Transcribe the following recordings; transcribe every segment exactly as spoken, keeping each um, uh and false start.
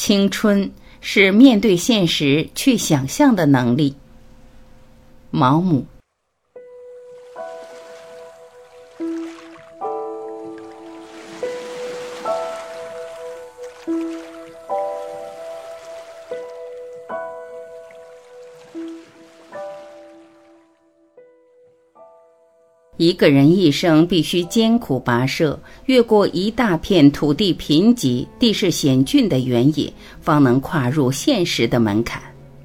青春是面对现实去想象的能力。毛姆。一个人一生必须艰苦跋涉，越过一大片土地贫瘠、地势险峻的原野，方能跨入现实的门槛。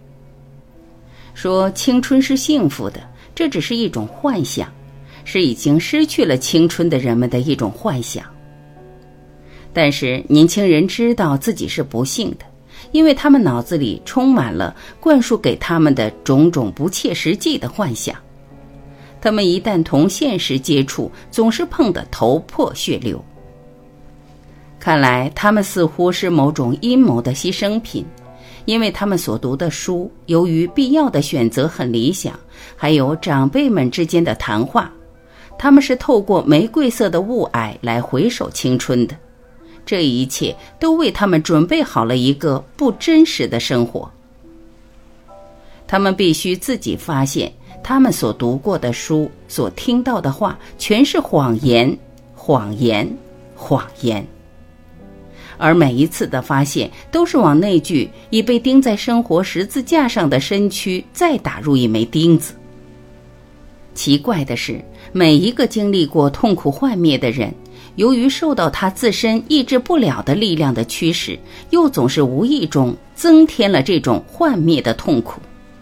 说青春是幸福的，这只是一种幻想，是已经失去了青春的人们的一种幻想。但是年轻人知道自己是不幸的，因为他们脑子里充满了灌输给他们的种种不切实际的幻想。他们一旦同现实接触，总是碰得头破血流。看来他们似乎是某种阴谋的牺牲品，因为他们所读的书，由于必要的选择很理想，还有长辈们之间的谈话，他们是透过玫瑰色的雾霭来回首青春的。这一切都为他们准备好了一个不真实的生活。他们必须自己发现，他们所读过的书，所听到的话，全是谎言，谎言，谎言。而每一次的发现，都是往那具已被钉在生活十字架上的身躯再打入一枚钉子。奇怪的是，每一个经历过痛苦幻灭的人，由于受到他自身抑制不了的力量的驱使，又总是无意中增添了这种幻灭的痛苦。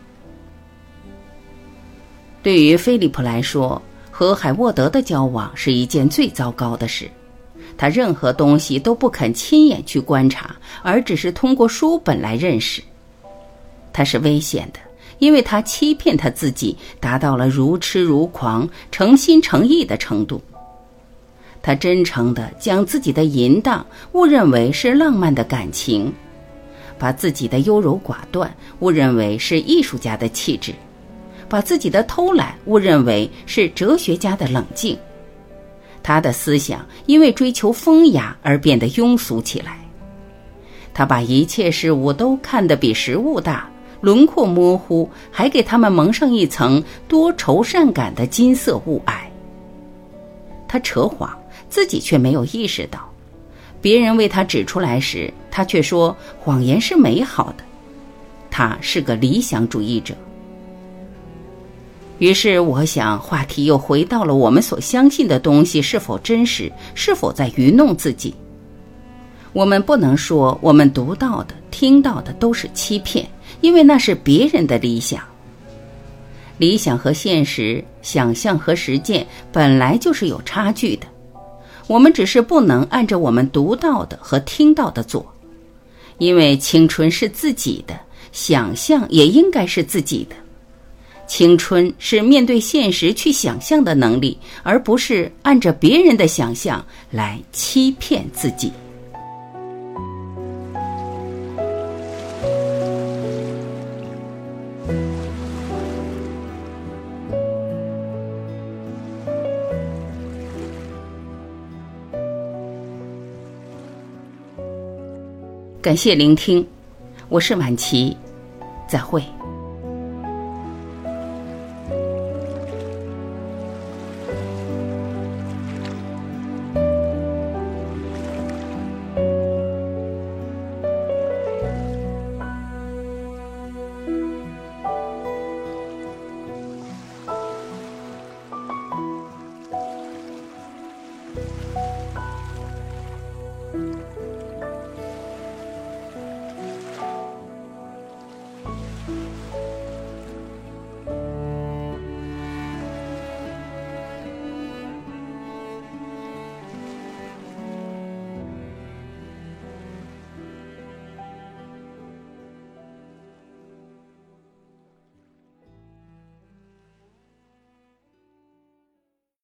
对于菲利普来说，和海沃德的交往是一件最糟糕的事。他任何东西都不肯亲眼去观察，而只是通过书本来认识。他是危险的，因为他欺骗他自己，达到了如痴如狂、诚心诚意的程度。他真诚地将自己的淫荡误认为是浪漫的感情，把自己的优柔寡断误认为是艺术家的气质，把自己的偷懒误认为是哲学家的冷静。他的思想因为追求风雅而变得庸俗起来。他把一切事物都看得比实物大，轮廓模糊，还给他们蒙上一层多愁善感的金色雾霭。他扯谎，自己却没有意识到。别人为他指出来时，他却说谎言是美好的。他是个理想主义者。于是我想，话题又回到了我们所相信的东西是否真实，是否在愚弄自己。我们不能说我们读到的、听到的都是欺骗，因为那是别人的理想。理想和现实，想象和实践本来就是有差距的，我们只是不能按照我们读到的和听到的做。因为青春是自己的，想象也应该是自己的。青春是面对现实去想象的能力，而不是按着别人的想象来欺骗自己。感谢聆听，我是婉琪，再会。